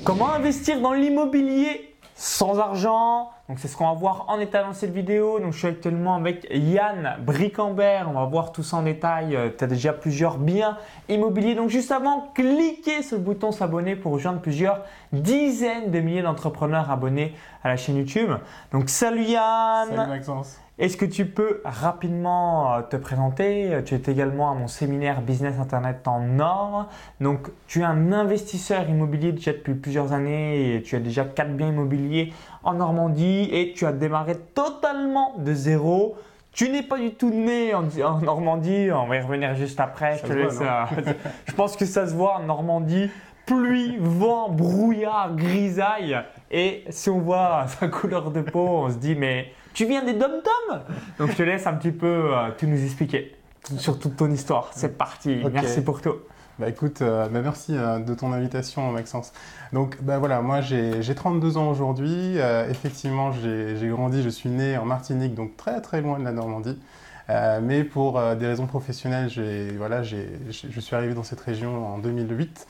Comment investir dans l'immobilier sans argent? Donc c'est ce qu'on va voir en détail dans cette vidéo. Donc je suis actuellement avec Yann Bricambert. On va voir tout ça en détail. Tu as déjà plusieurs biens immobiliers. Donc juste avant, cliquez sur le bouton s'abonner pour rejoindre plusieurs dizaines de milliers d'entrepreneurs abonnés à la chaîne YouTube. Donc salut Yann. Salut Maxence. Est-ce que tu peux rapidement te présenter? Tu es également à mon séminaire Business Internet en or. Donc, tu es un investisseur immobilier déjà depuis plusieurs années et tu as déjà 4 biens immobiliers en Normandie et tu as démarré totalement de zéro. Tu n'es pas du tout né en Normandie. On va y revenir juste après. Je pense que ça se voit en Normandie. Pluie, vent, brouillard, grisaille. Et si on voit sa couleur de peau, on se dit mais tu viens des dom-toms? Donc je te laisse un petit peu tout nous expliquer sur toute ton histoire. C'est parti, Okay. Merci pour tout. Écoute, merci de ton invitation Maxence. Donc voilà, moi j'ai 32 ans aujourd'hui. Effectivement, j'ai grandi, je suis né en Martinique, donc très très loin de la Normandie. Mais pour des raisons professionnelles, je suis arrivé dans cette région en 2008.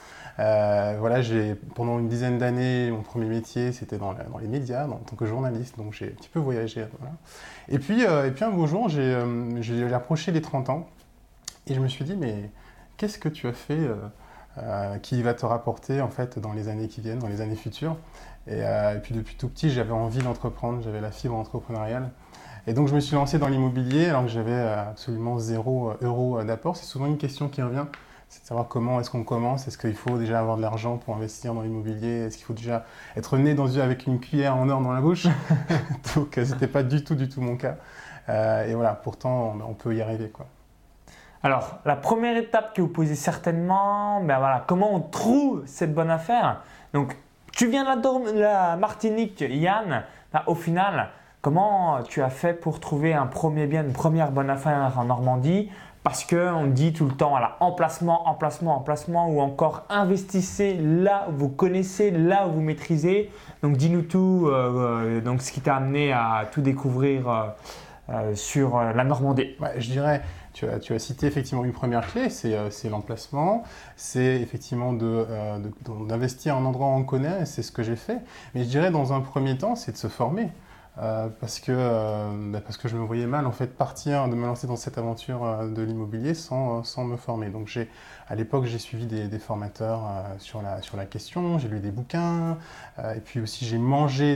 Pendant une dizaine d'années, mon premier métier, c'était dans les médias, en tant que journaliste, donc j'ai un petit peu voyagé. Voilà. Et puis un beau jour, j'ai approché les 30 ans et je me suis dit, mais qu'est-ce que tu as fait qui va te rapporter en fait dans les années qui viennent, dans les années futures? Et puis depuis tout petit, j'avais envie d'entreprendre, j'avais la fibre entrepreneuriale. Et donc je me suis lancé dans l'immobilier alors que j'avais absolument 0 euro d'apport. C'est souvent une question qui revient. C'est de savoir comment est-ce qu'on commence. Est-ce qu'il faut déjà avoir de l'argent pour investir dans l'immobilier? Est-ce qu'il faut déjà être né avec une cuillère en or dans la bouche? Donc, ce n'était pas du tout mon cas. Et voilà, pourtant, on peut y arriver, quoi. Alors, la première étape que vous posez certainement, comment on trouve cette bonne affaire? Donc, tu viens de la Martinique, Yann. Au final, comment tu as fait pour trouver un premier bien, une première bonne affaire en Normandie? Parce qu'on dit tout le temps, voilà, emplacement, ou encore investissez là où vous connaissez, là où vous maîtrisez. Donc dis-nous tout, donc ce qui t'a amené à tout découvrir sur la Normandie. Ouais, je dirais, tu as cité effectivement une première clé, c'est l'emplacement, c'est effectivement d'investir en endroit où on connaît, c'est ce que j'ai fait. Mais je dirais dans un premier temps, c'est de se former. Parce que je me voyais mal en fait de me lancer dans cette aventure de l'immobilier sans me former. Donc à l'époque j'ai suivi des formateurs sur la question, j'ai lu des bouquins et puis aussi j'ai mangé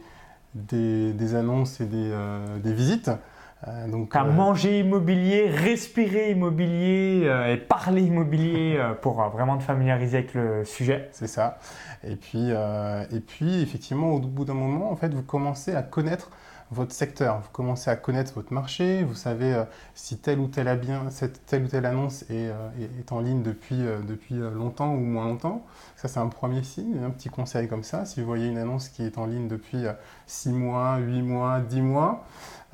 des annonces et des visites. Manger immobilier, respirer immobilier et parler immobilier pour vraiment te familiariser avec le sujet. C'est ça. Et puis effectivement, au bout d'un moment, en fait, vous commencez à connaître votre secteur, vous commencez à connaître votre marché, vous savez si telle ou telle annonce est en ligne depuis longtemps ou moins longtemps. Ça, c'est un premier signe, un petit conseil comme ça. Si vous voyez une annonce qui est en ligne depuis 6 mois, 8 mois, 10 mois,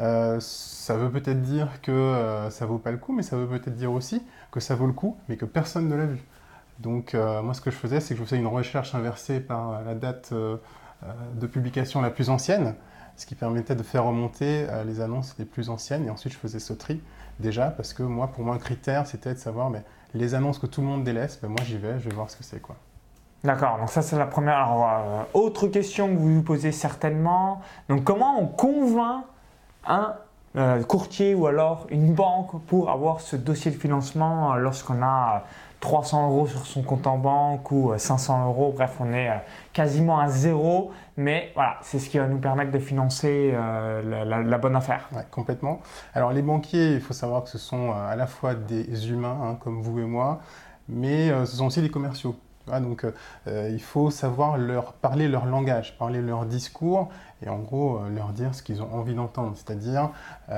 ça veut peut-être dire que ça vaut pas le coup, mais ça veut peut-être dire aussi que ça vaut le coup, mais que personne ne l'a vu. Donc moi, ce que je faisais, c'est que je faisais une recherche inversée par la date de publication la plus ancienne, ce qui permettait de faire remonter les annonces les plus anciennes. Et ensuite, je faisais ce tri déjà, parce que pour moi, un critère, c'était de savoir les annonces que tout le monde délaisse, moi j'y vais, je vais voir ce que c'est, quoi. D'accord, donc ça c'est la première. Alors, autre question que vous vous posez certainement. Donc comment on convainc un courtier ou alors une banque pour avoir ce dossier de financement lorsqu'on a 300 € sur son compte en banque ou 500 €, bref on est quasiment à zéro, mais voilà, c'est ce qui va nous permettre de financer la bonne affaire. Ouais, complètement. Alors les banquiers, il faut savoir que ce sont à la fois des humains comme vous et moi, mais ce sont aussi des commerciaux. Donc il faut savoir leur parler leur langage, parler leur discours et en gros leur dire ce qu'ils ont envie d'entendre, c'est-à-dire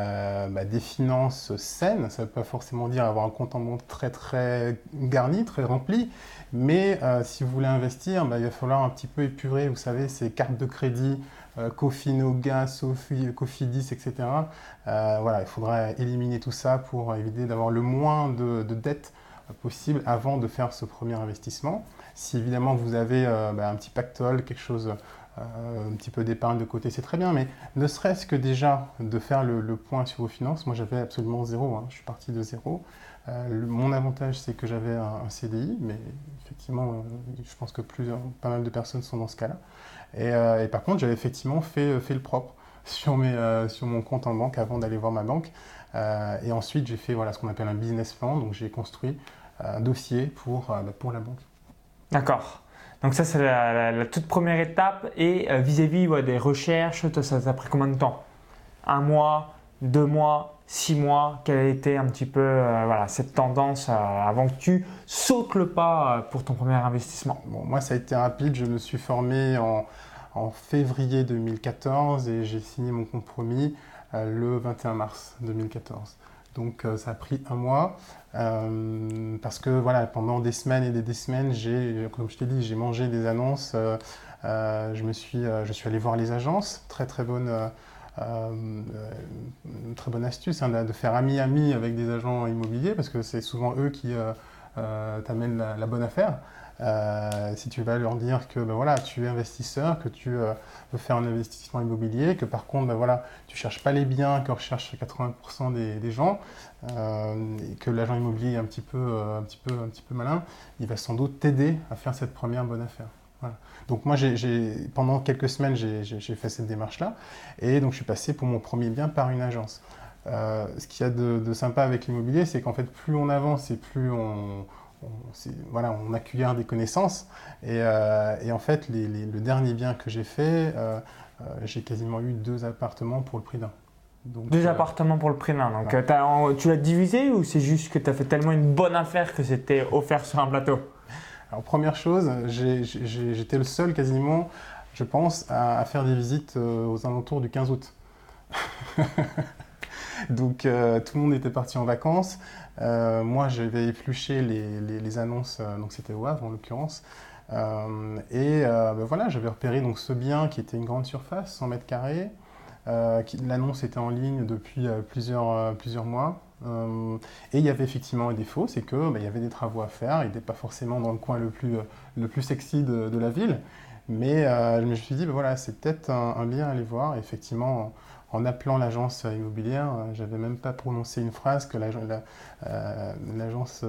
des finances saines. Ça ne veut pas forcément dire avoir un compte en banque très très garni, très rempli, mais si vous voulez investir, il va falloir un petit peu épurer, vous savez, ces cartes de crédit, Cofino, Gaz, Cofidis, etc. Il faudra éliminer tout ça pour éviter d'avoir le moins de dettes possible avant de faire ce premier investissement. Si évidemment vous avez un petit pactole, quelque chose, un petit peu d'épargne de côté, c'est très bien, mais ne serait-ce que déjà de faire le point sur vos finances, moi j'avais absolument zéro, je suis parti de zéro, Mon avantage, c'est que j'avais un CDI, mais effectivement, je pense que pas mal de personnes sont dans ce cas-là. Et par contre, j'avais effectivement fait le propre sur mon compte en banque avant d'aller voir ma banque. Et ensuite, j'ai fait ce qu'on appelle un business plan. Donc, j'ai construit un dossier pour la banque. D'accord. Donc ça, c'est la toute première étape. Et vis-à-vis des recherches, toi, ça t'a pris combien de temps? 1 mois, 2 mois, 6 mois? Quelle a été un petit peu cette tendance avant que tu sautes le pas pour ton premier investissement? Bon, moi, ça a été rapide. Je me suis formé en février 2014 et j'ai signé mon compromis le 21 mars 2014. Donc ça a pris 1 mois parce que pendant des semaines et des semaines, comme je t'ai dit, j'ai mangé des annonces. Je suis allé voir les agences. Très très bonne astuce de faire ami-ami avec des agents immobiliers parce que c'est souvent eux qui t'amènent la bonne affaire. Si tu vas leur dire que tu es investisseur, que tu veux faire un investissement immobilier, que par contre tu ne cherches pas les biens que recherchent 80% des gens, et que l'agent immobilier est un petit peu malin, il va sans doute t'aider à faire cette première bonne affaire. Voilà. Donc moi, pendant quelques semaines, j'ai fait cette démarche-là, et donc je suis passé pour mon premier bien par une agence. Ce qu'il y a de sympa avec l'immobilier, c'est qu'en fait, plus on avance et plus on acquiert des connaissances. Et en fait, le dernier bien que j'ai fait, j'ai quasiment eu 2 appartements pour le prix d'un. Donc, 2 appartements pour le prix d'un. Donc, tu l'as divisé ou c'est juste que tu as fait tellement une bonne affaire que c'était offert sur un plateau? Alors, première chose, j'étais le seul quasiment, je pense, à faire des visites aux alentours du 15 août. Donc tout le monde était parti en vacances. Moi, j'avais épluché les annonces, donc c'était au Havre en l'occurrence. J'avais repéré donc, ce bien qui était une grande surface, 100 mètres carrés. L'annonce était en ligne depuis plusieurs mois. Et il y avait effectivement un défaut, c'est qu'il y avait des travaux à faire. Il n'était pas forcément dans le coin le plus sexy de la ville. Mais je me suis dit, c'est peut-être un bien à aller voir. Et effectivement, en appelant l'agence immobilière, j'avais même pas prononcé une phrase que l'agence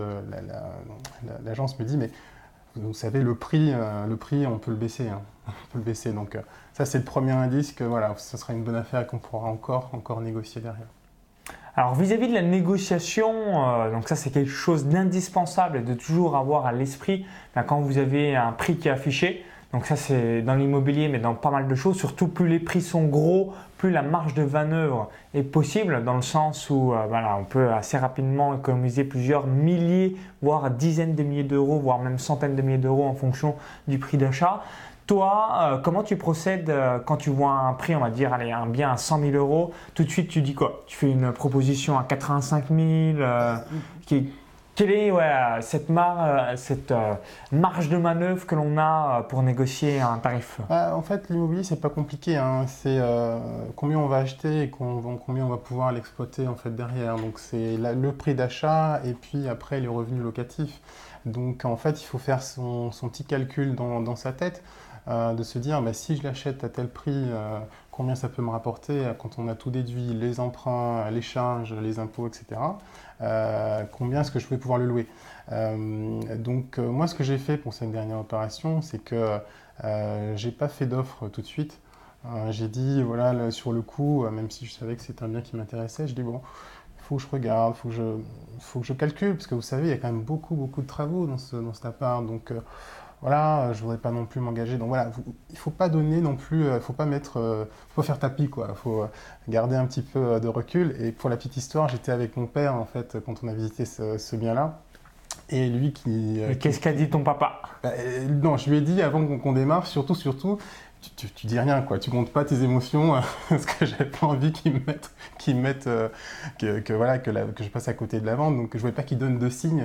me dit, mais vous savez, le prix, on peut le baisser. Hein. On peut le baisser. Donc ça, c'est le premier indice que ce sera une bonne affaire et qu'on pourra encore négocier derrière. Alors vis-à-vis de la négociation, donc ça c'est quelque chose d'indispensable de toujours avoir à l'esprit quand vous avez un prix qui est affiché. Donc ça c'est dans l'immobilier mais dans pas mal de choses, surtout plus les prix sont gros, plus la marge de manœuvre est possible dans le sens où on peut assez rapidement économiser plusieurs milliers, voire dizaines de milliers d'euros, voire même centaines de milliers d'euros en fonction du prix d'achat. Toi, comment tu procèdes quand tu vois un prix, on va dire, allez, un bien à 100 000 euros, tout de suite tu dis quoi? Tu fais une proposition à 85 000 quelle est cette marge de manœuvre que l'on a pour négocier un tarif? En fait, l'immobilier, c'est pas compliqué. Hein. C'est combien on va acheter et combien on va pouvoir l'exploiter en fait, derrière. Donc, c'est le prix d'achat et puis après les revenus locatifs. Donc, en fait, il faut faire son petit calcul dans sa tête. De se dire si je l'achète à tel prix, combien ça peut me rapporter quand on a tout déduit, les emprunts, les charges, les impôts, etc. Combien est-ce que je vais pouvoir le louer. Moi, ce que j'ai fait pour cette dernière opération, c'est que j'ai pas fait d'offre tout de suite. J'ai dit, sur le coup, même si je savais que c'était un bien qui m'intéressait, je dis il faut que je regarde, faut que je calcule, parce que vous savez, il y a quand même beaucoup de travaux dans cet appart. Donc, je ne voudrais pas non plus m'engager. Donc il ne faut pas donner non plus, faut pas faire tapis, quoi. Il faut garder un petit peu de recul. Et pour la petite histoire, j'étais avec mon père, en fait, quand on a visité ce bien-là. Et lui Mais qu'est-ce qu'a dit ton papa? Non, je lui ai dit avant qu'on démarre, surtout, tu dis rien, quoi. Tu montres pas tes émotions, parce que j'avais pas envie qu'ils me mettent que je passe à côté de la vente. Donc je voulais pas qu'ils donnent de signes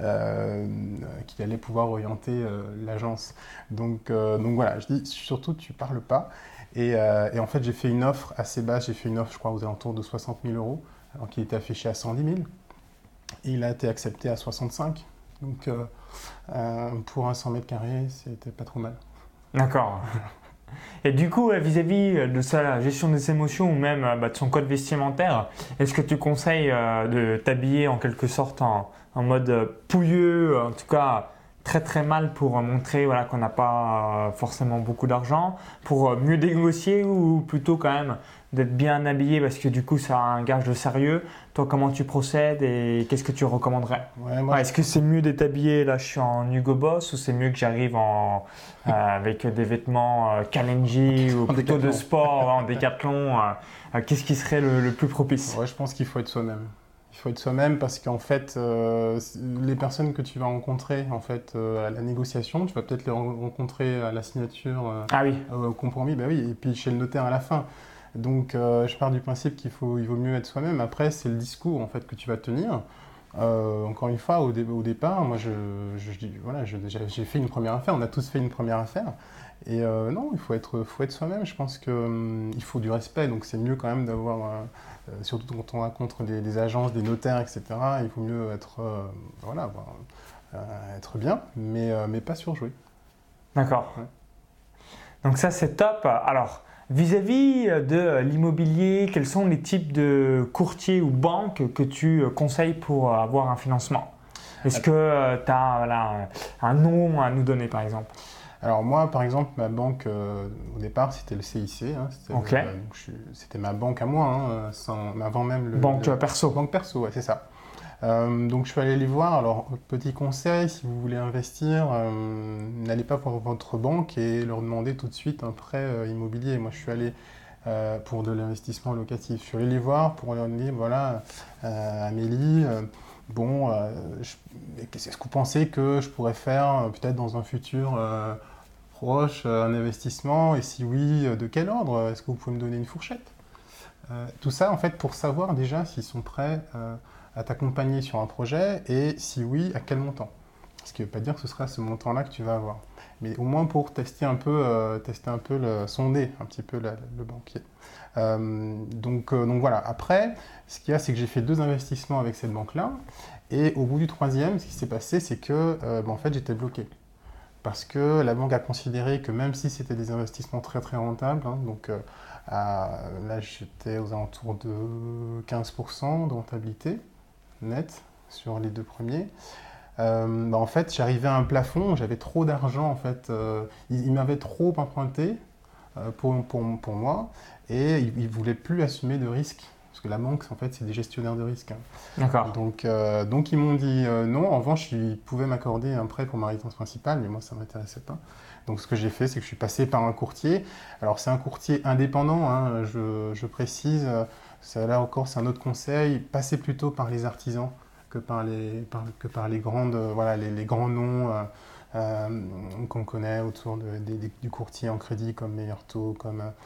qu'il allait pouvoir orienter l'agence. Donc je dis surtout tu parles pas. Et en fait j'ai fait une offre assez basse. J'ai fait une offre, je crois, aux alentours de 60 000 euros, alors qu'il était affiché à 110 000. Et il a été accepté à 65. Donc pour un 100 mètres carrés, c'était pas trop mal. D'accord. Et du coup, vis-à-vis de sa gestion des émotions ou même de son code vestimentaire, est-ce que tu conseilles de t'habiller en quelque sorte en mode pouilleux, en tout cas très très mal pour montrer voilà, qu'on n'a pas forcément beaucoup d'argent, pour mieux négocier ou plutôt quand même d'être bien habillé parce que du coup ça a un gage de sérieux. Toi, comment tu procèdes et qu'est-ce que tu recommanderais? Est-ce que c'est mieux d'être habillé, là je suis en Hugo Boss, ou c'est mieux que j'arrive avec des vêtements Kalenji ou plutôt de sport en décathlon? Qu'est-ce qui serait le plus propice? Ouais, je pense qu'il faut être soi-même. Il faut être soi-même parce qu'en fait, les personnes que tu vas rencontrer en fait, à la négociation, tu vas peut-être les rencontrer à la signature, Ah oui. au compromis, bah oui, et puis chez le notaire à la fin. Donc, je pars du principe il vaut mieux être soi-même. Après, c'est le discours en fait que tu vas tenir. Encore une fois, au départ, moi, voilà, j'ai fait une première affaire. On a tous fait une première affaire. Et non, faut être soi-même. Je pense qu'il faut du respect. Donc, c'est mieux quand même d'avoir, surtout quand on rencontre des agences, des notaires, etc. Il vaut mieux être, voilà, être bien, mais pas surjouer. D'accord. Ouais. Donc ça, c'est top. Alors, vis-à-vis de l'immobilier, quels sont les types de courtiers ou banques que tu conseilles pour avoir un financement? Est-ce que tu as un nom à nous donner par exemple? Alors moi, par exemple, ma banque, au départ, c'était le CIC. Hein, Ok. Donc c'était ma banque à moi, avant même Banque perso. Banque perso, ouais, c'est ça. Donc je suis allé les voir. Alors, petit conseil, si vous voulez investir, n'allez pas voir votre banque et leur demander tout de suite un prêt immobilier. Moi, je suis allé pour de l'investissement locatif. Je suis allé les voir pour leur dire, voilà, Amélie, est-ce que vous pensez que je pourrais faire peut-être dans un futur proche un investissement? Et si oui, de quel ordre? Est-ce que vous pouvez me donner une fourchette? Tout ça, en fait, pour savoir déjà s'ils sont prêts à t'accompagner sur un projet et si oui, à quel montant. Ce qui ne veut pas dire que ce sera ce montant-là que tu vas avoir. Mais au moins pour tester un peu, sonder un petit peu le banquier. Donc voilà. Après, ce qu'il y a, c'est que j'ai fait 2 investissements avec cette banque-là. Et au bout du 3e, ce qui s'est passé, c'est que en fait, j'étais bloqué. Parce que la banque a considéré que même si c'était des investissements très très rentables, hein, donc là j'étais aux alentours de 15% de rentabilité nette sur les 2 premiers, en fait j'arrivais à un plafond, j'avais trop d'argent en fait, ils m'avaient trop emprunté pour moi et ils ne voulaient plus assumer de risques. Parce que la banque, en fait, c'est des gestionnaires de risques. Hein. D'accord. Donc ils m'ont dit non. En revanche, ils pouvaient m'accorder un prêt pour ma résidence principale, mais moi, ça ne m'intéressait pas. Donc ce que j'ai fait, c'est que je suis passé par un courtier. Alors c'est un courtier indépendant, hein, je précise. Là encore, c'est un autre conseil. Passez plutôt par les artisans que par les grandes, voilà, les grands noms qu'on connaît autour du courtier en crédit, comme Meilleur Taux,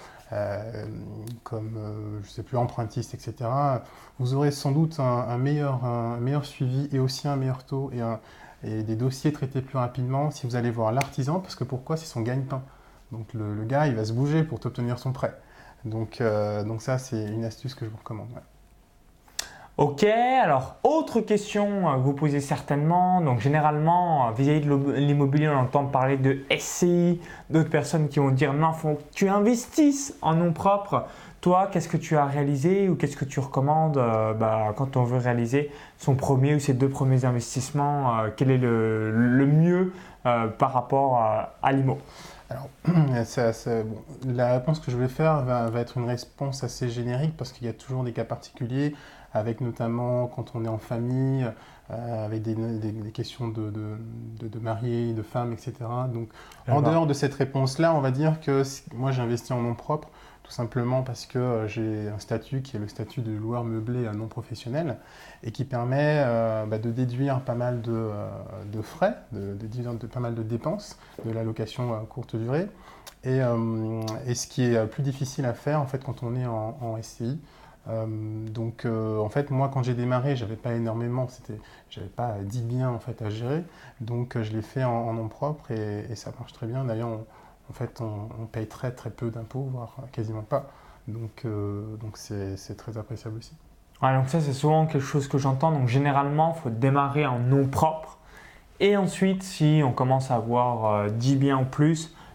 je sais plus, Empruntis, etc. Vous aurez sans doute un meilleur suivi et aussi un meilleur taux et des dossiers traités plus rapidement si vous allez voir l'artisan, parce que pourquoi? C'est son gagne-pain. Donc le gars, il va se bouger pour t'obtenir son prêt. Donc ça, c'est une astuce que je vous recommande. Ouais. Ok, alors autre question que vous posez certainement. Donc généralement, vis-à-vis de l'immobilier, on entend parler de SCI, d'autres personnes qui vont dire non, faut que tu investisses en nom propre. Toi, qu'est-ce que tu as réalisé ou qu'est-ce que tu recommandes quand on veut réaliser son premier ou ses 2 premiers investissements? Quel est le mieux par rapport à l'IMO? Alors, la réponse que je vais faire va être une réponse assez générique parce qu'il y a toujours des cas particuliers, avec notamment quand on est en famille, avec des questions de mariés, de femmes, etc. Donc, en dehors de cette réponse-là, on va dire que moi j'ai investi en nom propre, tout simplement parce que j'ai un statut qui est le statut de loueur meublé non professionnel et qui permet de déduire pas mal de frais, de déduire pas mal de dépenses de la location à courte durée. Et ce qui est plus difficile à faire en fait quand on est en SCI. En fait, moi, quand j'ai démarré, j'avais pas énormément, j'avais pas 10 biens en fait à gérer, donc je l'ai fait en nom propre et ça marche très bien. D'ailleurs, en fait, on paye très très peu d'impôts, voire quasiment pas, donc c'est très appréciable aussi. Ouais, donc ça, c'est souvent quelque chose que j'entends. Donc généralement, il faut démarrer en nom propre et ensuite, si on commence à avoir 10 biens ou plus,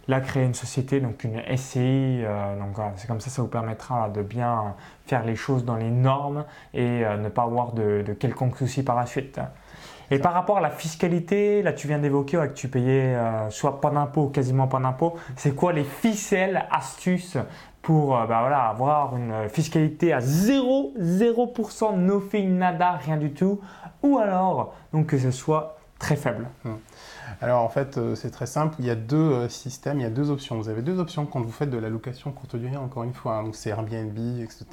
là créer une société, donc une SCI. Donc voilà, c'est comme ça vous permettra de bien faire les choses dans les normes et ne pas avoir de quelconque souci par la suite. Et par rapport à la fiscalité, là tu viens d'évoquer que tu payais soit pas d'impôt, quasiment pas d'impôt. C'est quoi les ficelles, astuces pour avoir une fiscalité à 0%, no fee, nada, rien du tout, ou alors donc que ce soit très faible? Alors en fait, c'est très simple. Il y a deux systèmes, il y a deux options. Vous avez deux options quand vous faites de la location courte durée, encore une fois. Donc c'est Airbnb, etc.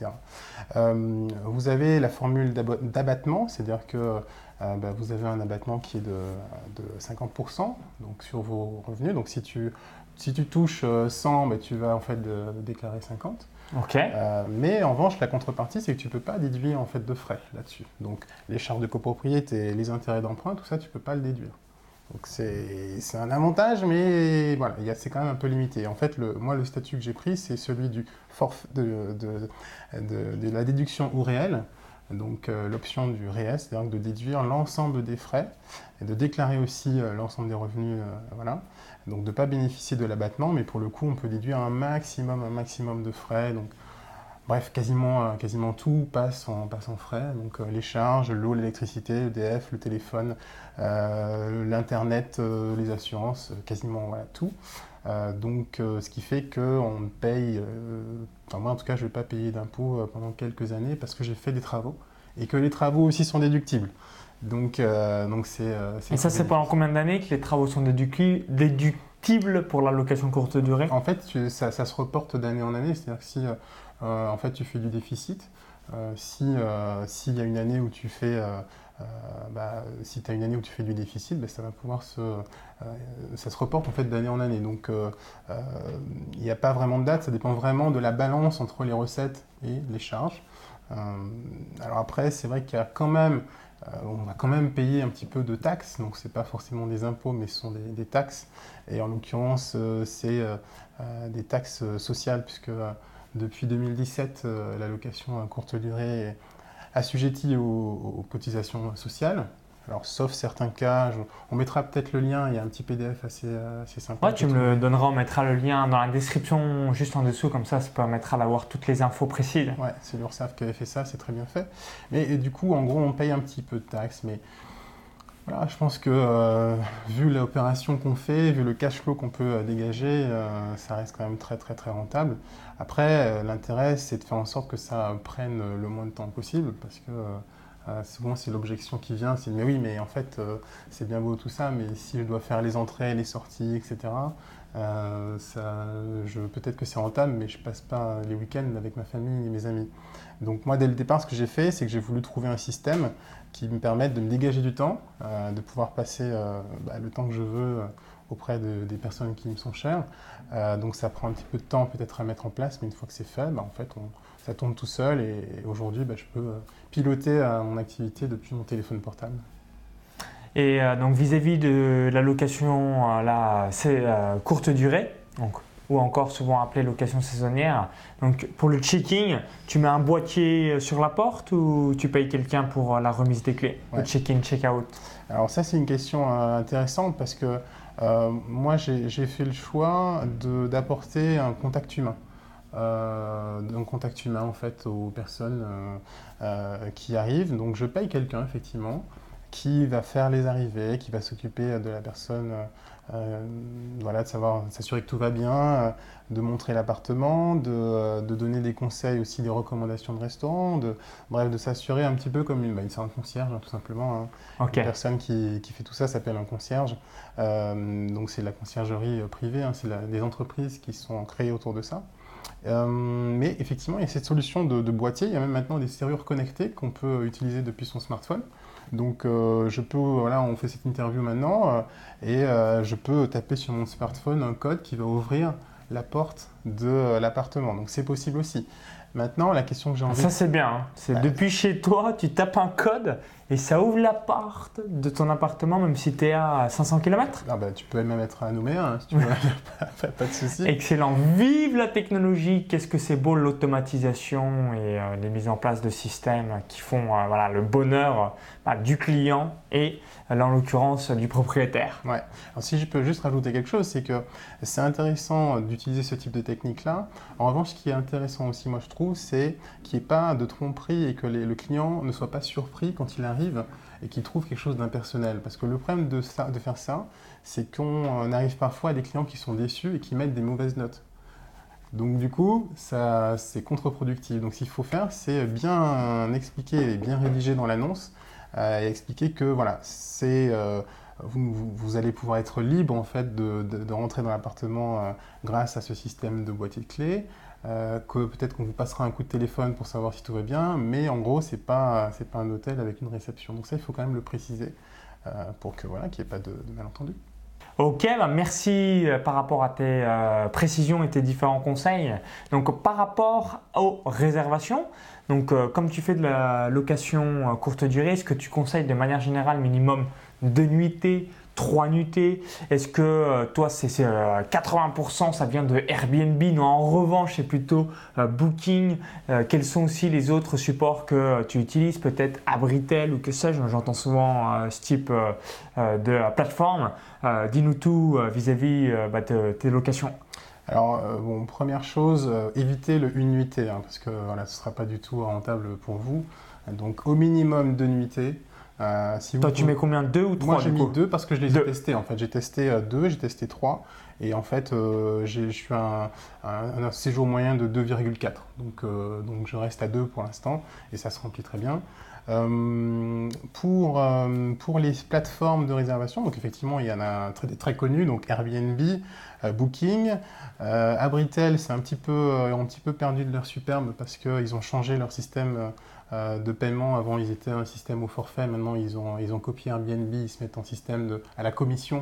Vous avez la formule d'abattement, c'est-à-dire que vous avez un abattement qui est de 50% donc, sur vos revenus. Donc si tu touches 100, tu vas en fait déclarer 50. Ok. Mais en revanche, la contrepartie, c'est que tu ne peux pas déduire en fait de frais là-dessus. Donc les charges de copropriété, les intérêts d'emprunt, tout ça, tu ne peux pas le déduire. Donc c'est un avantage, mais voilà, c'est quand même un peu limité. En fait, moi, le statut que j'ai pris, c'est celui du de la déduction au réel, donc l'option du réel, c'est-à-dire de déduire l'ensemble des frais et de déclarer aussi l'ensemble des revenus, voilà. Donc de ne pas bénéficier de l'abattement, mais pour le coup, on peut déduire un maximum de frais. Donc, bref, quasiment tout passe en frais. Donc les charges, l'eau, l'électricité, l'EDF, le téléphone, l'Internet, les assurances, quasiment voilà, tout. Ce qui fait qu'on paye, moi en tout cas je ne vais pas payer d'impôts pendant quelques années parce que j'ai fait des travaux et que les travaux aussi sont déductibles. Donc et ça, c'est pendant combien d'années que les travaux sont déductibles pour la location courte durée? En fait, ça se reporte d'année en année, c'est-à-dire que si en fait, tu fais du déficit, s'il y a une année où tu fais si tu as une année où tu fais du déficit, ça va pouvoir ça se reporte en fait d'année en année. Donc il n'y a pas vraiment de date, ça dépend vraiment de la balance entre les recettes et les charges. Alors après, c'est vrai qu'il y a quand même, on va quand même payer un petit peu de taxes, donc c'est pas forcément des impôts, mais ce sont des taxes. Et en l'occurrence, c'est des taxes sociales, puisque depuis 2017, la location à courte durée est assujettie aux cotisations sociales. Alors, sauf certains cas, on mettra peut-être le lien, il y a un petit PDF assez sympa. Ouais, tu me le donneras, on mettra le lien dans la description juste en dessous, comme ça permettra d'avoir toutes les infos précises. Ouais, c'est l'URSSAF qui avait fait ça, c'est très bien fait. Mais du coup, en gros, on paye un petit peu de taxes, mais voilà, je pense que vu l'opération qu'on fait, vu le cash flow qu'on peut dégager, ça reste quand même très rentable. Après, l'intérêt, c'est de faire en sorte que ça prenne le moins de temps possible, parce que souvent, c'est l'objection qui vient, c'est mais oui, mais en fait, c'est bien beau tout ça, mais si je dois faire les entrées, les sorties, etc., peut-être que c'est rentable, mais je ne passe pas les week-ends avec ma famille et mes amis. Donc moi, dès le départ, ce que j'ai fait, c'est que j'ai voulu trouver un système qui me permette de me dégager du temps, de pouvoir passer le temps que je veux auprès des personnes qui me sont chères. Donc ça prend un petit peu de temps peut-être à mettre en place, mais une fois que c'est fait, en fait, ça tourne tout seul et aujourd'hui, je peux piloter mon activité depuis mon téléphone portable. Et donc vis-à-vis de la location courte durée, ou encore souvent appelée location saisonnière, donc pour le checking, tu mets un boîtier sur la porte ou tu payes quelqu'un pour la remise des clés, ouais. Le check-in, check-out? Alors ça, c'est une question intéressante parce que moi, j'ai fait le choix d'apporter un contact humain. En fait aux personnes qui arrivent. Donc je paye quelqu'un effectivement qui va faire les arrivées, qui va s'occuper de la personne, de s'assurer que tout va bien, de montrer l'appartement, de donner des conseils aussi, des recommandations de restaurants, de s'assurer un petit peu comme c'est un concierge tout simplement. Okay. Une personne qui fait tout ça s'appelle un concierge. Donc c'est la conciergerie privée, c'est des entreprises qui sont créées autour de ça. Mais effectivement, il y a cette solution de boîtier. Il y a même maintenant des serrures connectées qu'on peut utiliser depuis son smartphone. Donc, on fait cette interview maintenant et je peux taper sur mon smartphone un code qui va ouvrir la porte de l'appartement. Donc c'est possible aussi. Maintenant, la question que j'ai envie... Ça, c'est bien. Hein. C'est depuis chez toi, tu tapes un code et ça ouvre la porte de ton appartement, même si tu es à 500 km. Ah bah, tu peux même être à Nouméa, hein, si tu veux. Pas de souci. Excellent. Vive la technologie. Qu'est-ce que c'est beau l'automatisation et les mises en place de systèmes qui font voilà, le bonheur du client et en l'occurrence du propriétaire. Ouais. Alors, si je peux juste rajouter quelque chose, c'est que c'est intéressant d'utiliser ce type de technique-là. En revanche, ce qui est intéressant aussi, moi je trouve, c'est qu'il n'y ait pas de tromperie et que le client ne soit pas surpris quand il arrive et qu'il trouve quelque chose d'impersonnel. Parce que le problème de faire ça, c'est qu'on arrive parfois à des clients qui sont déçus et qui mettent des mauvaises notes. Donc du coup, ça, c'est contre-productif. Donc ce qu'il faut faire, c'est bien expliquer et bien rédiger dans l'annonce et expliquer que voilà, vous allez pouvoir être libre en fait de rentrer dans l'appartement grâce à ce système de boîtier de clés, que peut-être qu'on vous passera un coup de téléphone pour savoir si tout va bien, mais en gros, c'est pas un hôtel avec une réception. Donc ça, il faut quand même le préciser pour que voilà, qu'il n'y ait pas de malentendu. Ok, merci par rapport à tes précisions et tes différents conseils. Donc par rapport aux réservations, donc comme tu fais de la location courte durée, est-ce que tu conseilles de manière générale minimum 2 nuitées, 3 nuitées? Est-ce que toi c'est 80% ça vient de Airbnb? Non, en revanche c'est plutôt Booking. Quels sont aussi les autres supports que tu utilises? Peut-être Abritel ou que sais-je, j'entends souvent ce type de plateforme. Dis-nous tout vis-à-vis de tes locations. Alors, bon, première chose, évitez le une nuitée, hein, parce que voilà, ce ne sera pas du tout rentable pour vous. Donc, au minimum 2 nuitées. Toi, tu mets combien? 2 ou 3? Moi, j'ai mis 2 parce que je les ai testés. En fait, j'ai testé 2, j'ai testé 3. Et en fait, je suis un séjour moyen de 2,4. Donc, je reste à 2 pour l'instant et ça se remplit très bien. Pour les plateformes de réservation, donc effectivement, il y en a très, très connues, donc Airbnb, Booking. Abritel, c'est un petit peu perdu de leur superbe parce qu'ils ont changé leur système de paiement. Avant, ils étaient un système au forfait. Maintenant, ils ont copié Airbnb. Ils se mettent en système à la commission.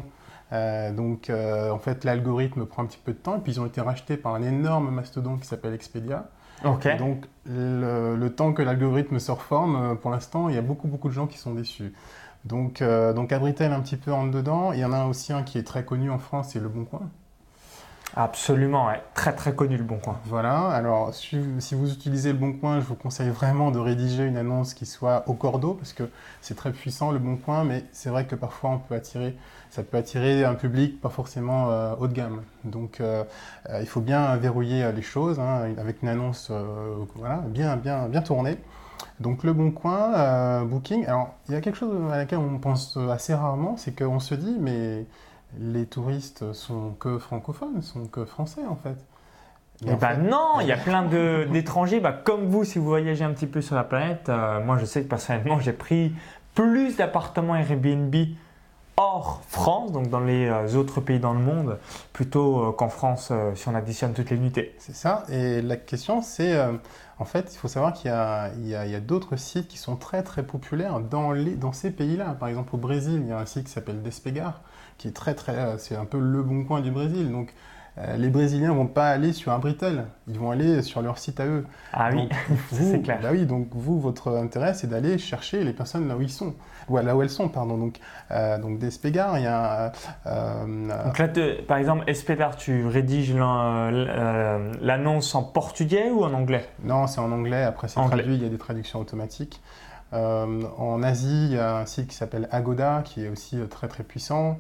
En fait, l'algorithme prend un petit peu de temps. Et puis, ils ont été rachetés par un énorme mastodonte qui s'appelle Expedia. Okay. Donc, le temps que l'algorithme se reforme, pour l'instant, il y a beaucoup de gens qui sont déçus. Donc Abritel un petit peu en dedans. Il y en a aussi un qui est très connu en France, c'est Le Bon Coin. Absolument, ouais. Très très connu Le Bon Coin. Voilà, alors si vous utilisez Le Bon Coin, je vous conseille vraiment de rédiger une annonce qui soit au cordeau parce que c'est très puissant Le Bon Coin, mais c'est vrai que parfois ça peut attirer un public pas forcément haut de gamme. Donc il faut bien verrouiller les choses hein, avec une annonce voilà, bien tournée. Donc Le Bon Coin, Booking, alors il y a quelque chose à laquelle on pense assez rarement, c'est qu'on se dit mais les touristes sont que francophones, sont que français en fait. Eh ben non, il y a plein d'étrangers, comme vous si vous voyagez un petit peu sur la planète. Moi je sais que personnellement j'ai pris plus d'appartements Airbnb hors France, donc dans les autres pays dans le monde, plutôt qu'en France si on additionne toutes les nuitées. C'est ça, et la question c'est, en fait il faut savoir qu'il y a d'autres sites qui sont très très populaires dans ces pays-là. Par exemple au Brésil, il y a un site qui s'appelle Despegar, qui est c'est un peu le bon coin du Brésil. Donc les Brésiliens ne vont pas aller sur Abritel, ils vont aller sur leur site à eux. Ah oui, c'est clair. Bah oui, donc votre intérêt, c'est d'aller chercher les personnes là où ils sont, là où elles sont, pardon. Donc Despegar, il y a... Donc là, par exemple, Espegar, tu rédiges l'annonce en portugais ou en anglais? Non, c'est en anglais, après c'est traduit, il y a des traductions automatiques. En Asie, il y a un site qui s'appelle Agoda, qui est aussi très très puissant.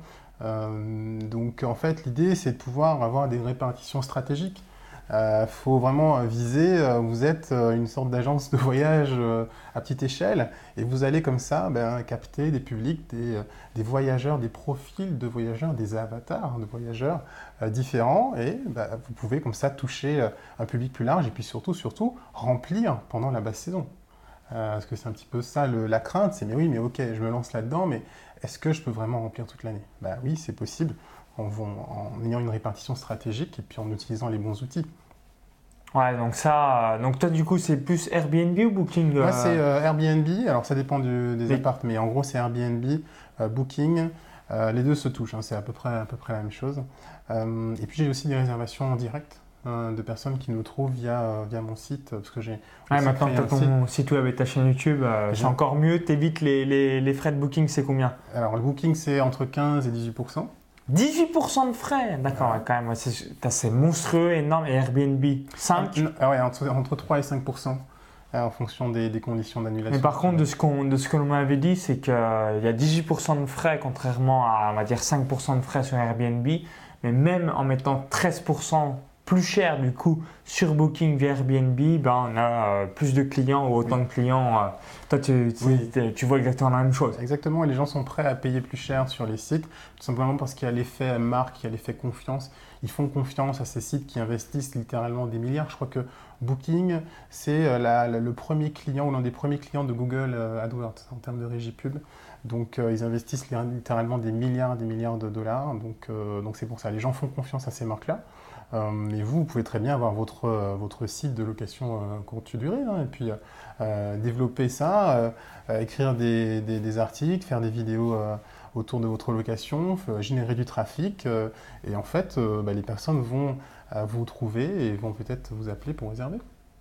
Donc en fait l'idée c'est de pouvoir avoir des répartitions stratégiques. Faut vraiment viser, vous êtes une sorte d'agence de voyage à petite échelle et vous allez comme ça capter des publics, des voyageurs, des profils de voyageurs, des avatars de voyageurs différents et vous pouvez comme ça toucher un public plus large et puis surtout remplir pendant la basse saison. Parce que c'est un petit peu ça la crainte, c'est mais oui mais ok je me lance là-dedans mais est-ce que je peux vraiment remplir toute l'année? Oui, c'est possible en ayant une répartition stratégique et puis en utilisant les bons outils. Ouais, donc toi du coup c'est plus Airbnb ou Booking? Moi c'est Airbnb, alors ça dépend des apparts, mais en gros c'est Airbnb, Booking, les deux se touchent, hein, c'est à peu près la même chose. Et puis j'ai aussi des réservations en direct. de personnes qui nous trouvent via mon site, parce que j'ai Ouais, aussi maintenant créé que tu as un site. ton site web et ta chaîne YouTube, c'est encore mieux. Tu évites les frais de booking, c'est combien? Alors, le booking, c'est entre 15 et 18%. 18% de frais. D'accord, ouais, quand même, ouais, c'est monstrueux, énorme. Et Airbnb, 5. Ouais, entre 3 et 5%, en fonction des conditions d'annulation. Mais par contre, de ce que l'on m'avait dit, c'est qu'il y a 18% de frais, contrairement à, on va dire, 5% de frais sur Airbnb. Mais même en mettant 13% plus cher du coup sur Booking via Airbnb, ben, on a plus de clients ou autant de clients. Toi, tu vois exactement la même chose. Exactement, et les gens sont prêts à payer plus cher sur les sites, tout simplement parce qu'il y a l'effet marque, il y a l'effet confiance. Ils font confiance à ces sites qui investissent littéralement des milliards. Je crois que Booking, c'est le premier client ou l'un des premiers clients de Google AdWords en termes de régie pub. Donc, ils investissent littéralement des milliards de dollars. Donc c'est pour ça. Les gens font confiance à ces marques-là. Mais vous pouvez très bien avoir votre site de location courte durée, hein, et puis développer ça, écrire des articles, faire des vidéos autour de votre location, générer du trafic. Et en fait, les personnes vont vous trouver et vont peut-être vous appeler pour réserver.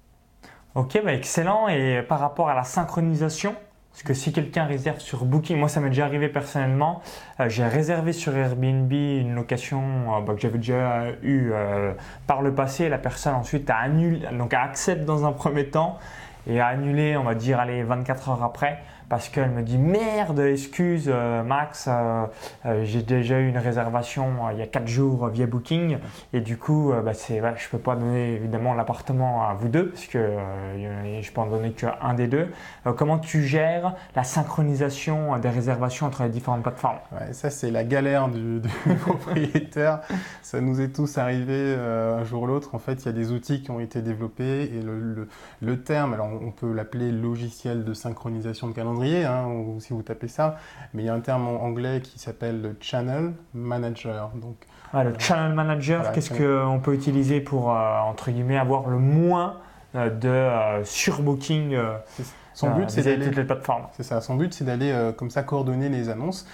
Ok, bah excellent. Et par rapport à la synchronisation, parce que si quelqu'un réserve sur Booking, moi ça m'est déjà arrivé personnellement, j'ai réservé sur Airbnb une location que j'avais déjà eue par le passé. La personne ensuite a annulé, donc a accepté dans un premier temps et a annulé, on va dire, allez, 24 heures après. Parce qu'elle me dit merde, excuse Max, j'ai déjà eu une réservation il y a 4 jours via Booking et du coup je ne peux pas donner évidemment l'appartement à vous deux parce que je peux en donner qu'un des deux. Comment tu gères la synchronisation des réservations entre les différentes plateformes? Ouais, ça, c'est la galère du propriétaire. Ça nous est tous arrivé un jour ou l'autre. En fait, il y a des outils qui ont été développés et le terme, alors on peut l'appeler logiciel de synchronisation de calendrier, hein, ou si vous tapez ça, mais il y a un terme en anglais qui s'appelle le Channel Manager. Donc, le Channel Manager, voilà, qu'est-ce qu'on peut utiliser pour, entre guillemets, avoir le moins de surbooking son but, c'est vis-à-vis de d'aller. toutes les plateformes? C'est ça, son but, c'est d'aller comme ça coordonner les annonces.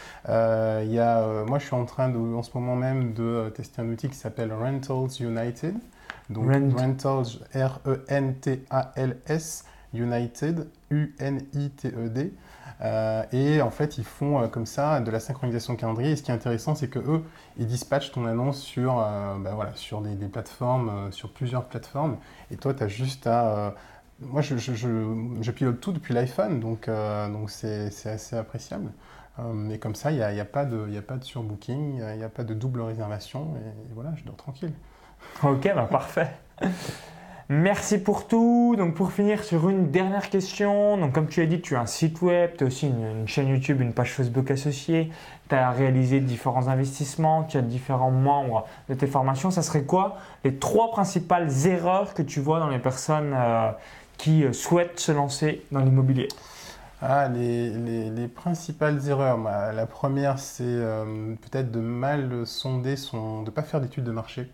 Moi, je suis en train en ce moment même de tester un outil qui s'appelle Rentals United. Donc, Rentals, R-E-N-T-A-L-S, United, U-N-I-T-E-D. Et en fait, ils font comme ça de la synchronisation calendrier. Et ce qui est intéressant, c'est qu'eux, ils dispatchent ton annonce sur des plateformes, sur plusieurs plateformes. Et toi, tu as juste à. Moi, je pilote tout depuis l'iPhone, donc c'est assez appréciable. Et comme ça, il n'y a pas de surbooking, il n'y a pas de double réservation, et voilà, je dors tranquille. Ok, parfait. Merci pour tout. Donc pour finir sur une dernière question, donc comme tu as dit, tu as un site web, tu as aussi une chaîne YouTube, une page Facebook associée, tu as réalisé différents investissements, tu as différents membres de tes formations. Ça serait quoi les 3 principales erreurs que tu vois dans les personnes qui souhaitent se lancer dans l'immobilier? Les principales erreurs, la première, c'est peut-être de mal sonder, de ne pas faire d'études de marché.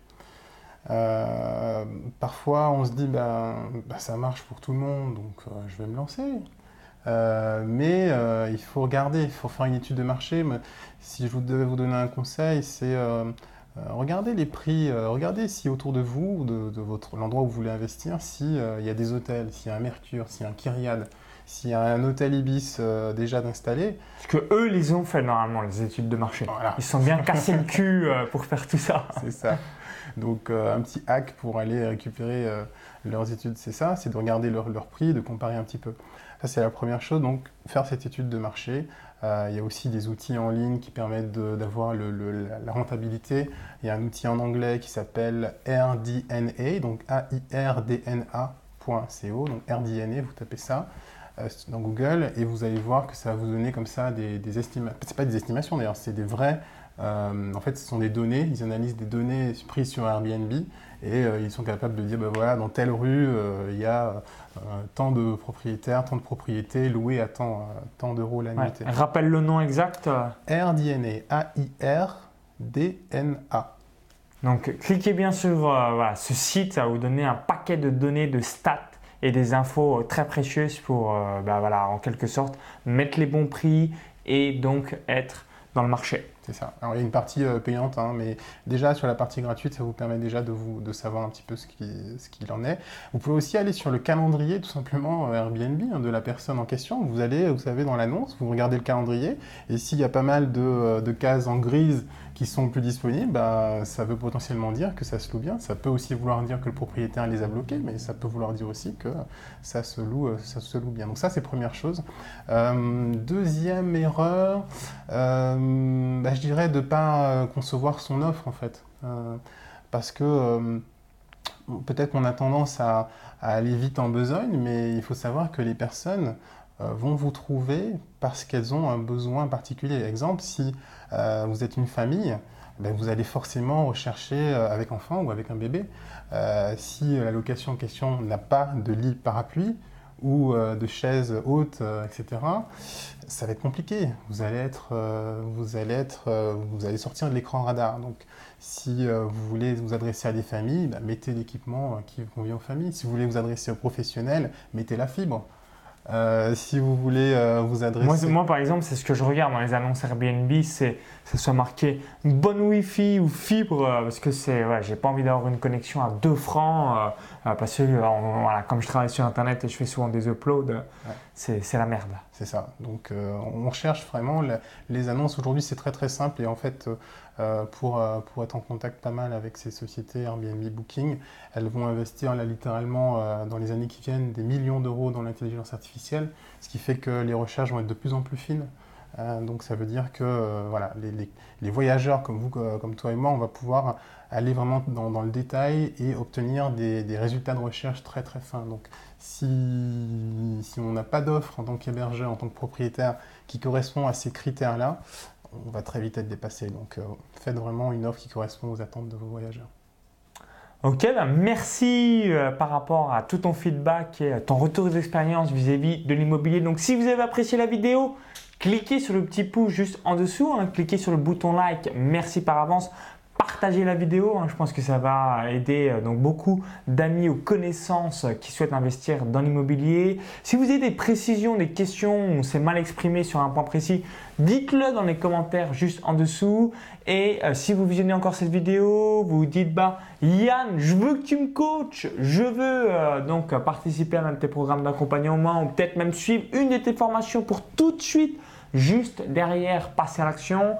Parfois, on se dit, ça marche pour tout le monde, donc je vais me lancer. Mais il faut regarder, il faut faire une étude de marché. Mais si je devais vous donner un conseil, c'est regardez les prix, regardez si autour de vous, de l'endroit où vous voulez investir, s'il y a des hôtels, s'il y a un Mercure, s'il y a un Kyriade, s'il y a un hôtel Ibis déjà d'installer. Parce que eux, les ont fait normalement, les études de marché. Voilà. Ils se sont bien cassés le cul pour faire tout ça. C'est ça. Donc un petit hack pour aller récupérer leurs études, c'est ça, c'est de regarder leur prix, de comparer un petit peu. Ça, c'est la première chose, donc faire cette étude de marché. Il y a aussi des outils en ligne qui permettent d'avoir la rentabilité. Il y a un outil en anglais qui s'appelle RDNA, donc AIRDNA.co, donc RDNA, vous tapez ça dans Google et vous allez voir que ça va vous donner comme ça des estimations. Ce n'est pas des estimations d'ailleurs, c'est des vrais. En fait, ce sont des données, ils analysent des données prises sur Airbnb et ils sont capables de dire, dans telle rue, il y a tant de propriétaires, tant de propriétés louées à tant d'euros la nuitée. Ouais. Rappelle le nom exact. RDNA, A-I-R-D-N-A. Donc, cliquez bien sur ce site, ça va vous donner un paquet de données, de stats et des infos très précieuses pour, en quelque sorte, mettre les bons prix et donc être dans le marché. C'est ça. Alors, il y a une partie payante, hein, mais déjà sur la partie gratuite, ça vous permet déjà de savoir un petit peu ce qu'il en est. Vous pouvez aussi aller sur le calendrier, tout simplement, Airbnb, hein, de la personne en question. Vous allez, vous savez, dans l'annonce, vous regardez le calendrier, et s'il y a pas mal de cases en grise qui sont plus disponibles, bah, ça veut potentiellement dire que ça se loue bien. Ça peut aussi vouloir dire que le propriétaire les a bloqués, mais ça peut vouloir dire aussi que ça se loue bien. Donc ça, c'est première chose. Deuxième erreur, je dirais de ne pas concevoir son offre en fait. Parce que peut-être qu'on a tendance à aller vite en besogne, mais il faut savoir que les personnes vont vous trouver parce qu'elles ont un besoin particulier. Exemple, si vous êtes une famille, ben vous allez forcément rechercher avec enfant ou avec un bébé. Si la location en question n'a pas de lit parapluie ou de chaises hautes, etc., ça va être compliqué. Vous allez sortir de l'écran radar. Donc, si vous voulez vous adresser à des familles, ben, mettez l'équipement qui convient aux familles. Si vous voulez vous adresser aux professionnels, mettez la fibre. Si vous voulez vous adresser... Moi, par exemple, c'est ce que je regarde dans les annonces Airbnb, c'est que ça soit marqué bonne Wi-Fi ou fibre, parce que j'ai pas envie d'avoir une connexion à 2 francs, parce que voilà, comme je travaille sur Internet et je fais souvent des uploads, c'est la merde. C'est ça. Donc, on cherche vraiment les annonces. Aujourd'hui, c'est très très simple et en fait, pour être en contact pas mal avec ces sociétés Airbnb Booking, elles vont investir là littéralement dans les années qui viennent des millions d'euros dans l'intelligence artificielle, ce qui fait que les recherches vont être de plus en plus fines. Donc ça veut dire que voilà, les voyageurs comme vous, comme toi et moi, on va pouvoir aller vraiment dans le détail et obtenir des résultats de recherche très très fins. Donc si on n'a pas d'offre en tant qu'hébergeur, en tant que propriétaire qui correspond à ces critères-là, on va très vite être dépassé. Donc faites vraiment une offre qui correspond aux attentes de vos voyageurs. Ok, merci par rapport à tout ton feedback et ton retour d'expérience vis-à-vis de l'immobilier. Donc si vous avez apprécié la vidéo, cliquez sur le petit pouce juste en dessous, cliquez sur le bouton like, merci par avance. Partagez la vidéo, je pense que ça va aider donc beaucoup d'amis ou connaissances qui souhaitent investir dans l'immobilier. Si vous avez des précisions, des questions, on s'est mal exprimé sur un point précis, dites-le dans les commentaires juste en dessous. Et si vous visionnez encore cette vidéo, vous vous dites Yann, je veux que tu me coaches, je veux donc participer à l'un de tes programmes d'accompagnement ou peut-être même suivre une de tes formations pour tout de suite juste derrière passer à l'action,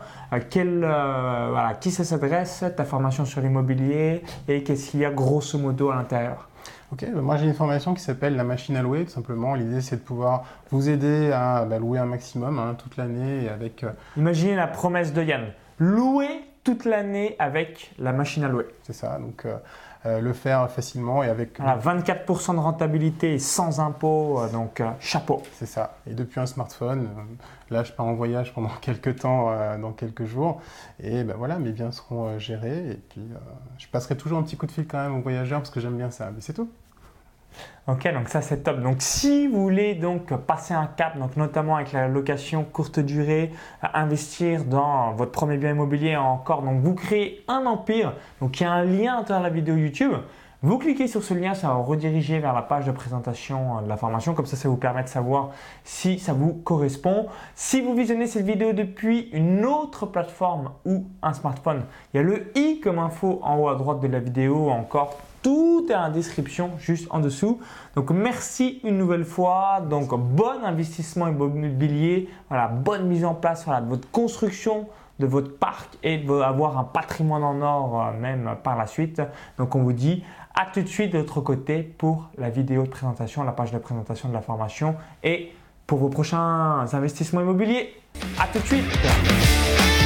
qui ça s'adresse, ta formation sur l'immobilier et qu'est-ce qu'il y a grosso modo à l'intérieur. Ok, moi j'ai une formation qui s'appelle la machine à louer, tout simplement. L'idée c'est de pouvoir vous aider à louer un maximum toute l'année et avec... Imaginez la promesse de Yann, louer toute l'année avec la machine à louer. C'est ça, donc le faire facilement et avec… Voilà, 24% de rentabilité sans impôt, donc chapeau. C'est ça, et depuis un smartphone, là je pars en voyage pendant quelques temps, dans quelques jours, et voilà, mes biens seront gérés, et puis je passerai toujours un petit coup de fil quand même aux voyageurs parce que j'aime bien ça, mais c'est tout. Ok, donc ça c'est top. Donc si vous voulez donc passer un cap, donc notamment avec la location courte durée, investir dans votre premier bien immobilier encore, donc vous créez un empire. Donc il y a un lien à l'intérieur de la vidéo YouTube. Vous cliquez sur ce lien, ça va vous rediriger vers la page de présentation de la formation. Comme ça vous permet de savoir si ça vous correspond. Si vous visionnez cette vidéo depuis une autre plateforme ou un smartphone, il y a le i comme info en haut à droite de la vidéo encore. Tout est en description juste en dessous. Donc merci une nouvelle fois. Donc bon investissement immobilier, voilà, bonne mise en place de votre construction, de votre parc et d'avoir un patrimoine en or même par la suite. Donc on vous dit à tout de suite de l'autre côté pour la vidéo de présentation, la page de présentation de la formation et pour vos prochains investissements immobiliers. À tout de suite.